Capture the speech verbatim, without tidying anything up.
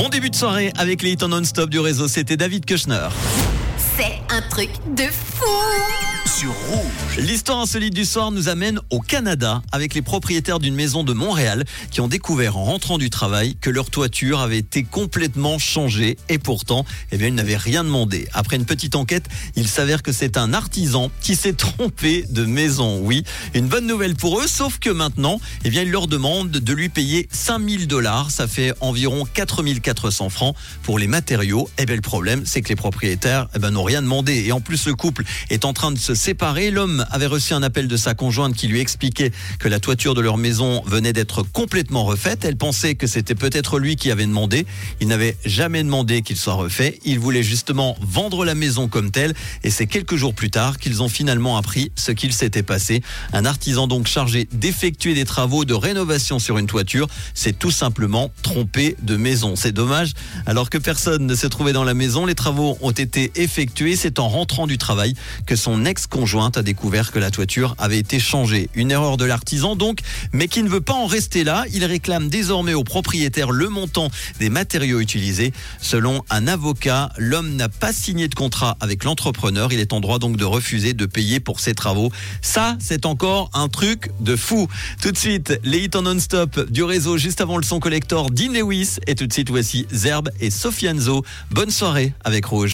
Bon début de soirée avec les hits en non-stop du réseau, c'était David Kushner. C'est un truc de fou. Sur Rouge. L'histoire insolite du soir nous amène au Canada avec les propriétaires d'une maison de Montréal qui ont découvert en rentrant du travail que leur toiture avait été complètement changée et pourtant, eh bien, ils n'avaient rien demandé. Après une petite enquête, il s'avère que c'est un artisan qui s'est trompé de maison. Oui, une bonne nouvelle pour eux, sauf que maintenant, eh bien, il leur demande de lui payer cinq mille dollars. Ça fait environ quatre mille quatre cents francs pour les matériaux. Eh bien, le problème, c'est que les propriétaires, eh ben, n'ont rien demandé. Et en plus, le couple est en train de se séparer. L'homme avait reçu un appel de sa conjointe qui lui expliquait que la toiture de leur maison venait d'être complètement refaite. Elle pensait que c'était peut-être lui qui avait demandé. Il n'avait jamais demandé qu'il soit refait. Il voulait justement vendre la maison comme telle. Et c'est quelques jours plus tard qu'ils ont finalement appris ce qu'il s'était passé. Un artisan donc chargé d'effectuer des travaux de rénovation sur une toiture s'est tout simplement trompé de maison. C'est dommage. Alors que personne ne se trouvait dans la maison, les travaux ont été effectués. C'est en rentrant du travail que son ex-conjointe a découvert que la toiture avait été changée. Une erreur de l'artisan donc, mais qui ne veut pas en rester là. Il réclame désormais au propriétaire le montant des matériaux utilisés. Selon un avocat, l'homme n'a pas signé de contrat avec l'entrepreneur. Il est en droit donc de refuser de payer pour ses travaux. Ça, c'est encore un truc de fou. Tout de suite, les hits en non-stop du réseau juste avant le son collector d'Dean Lewis. Et tout de suite, voici Zerbe et Sofianzo. Bonne soirée avec Rouge.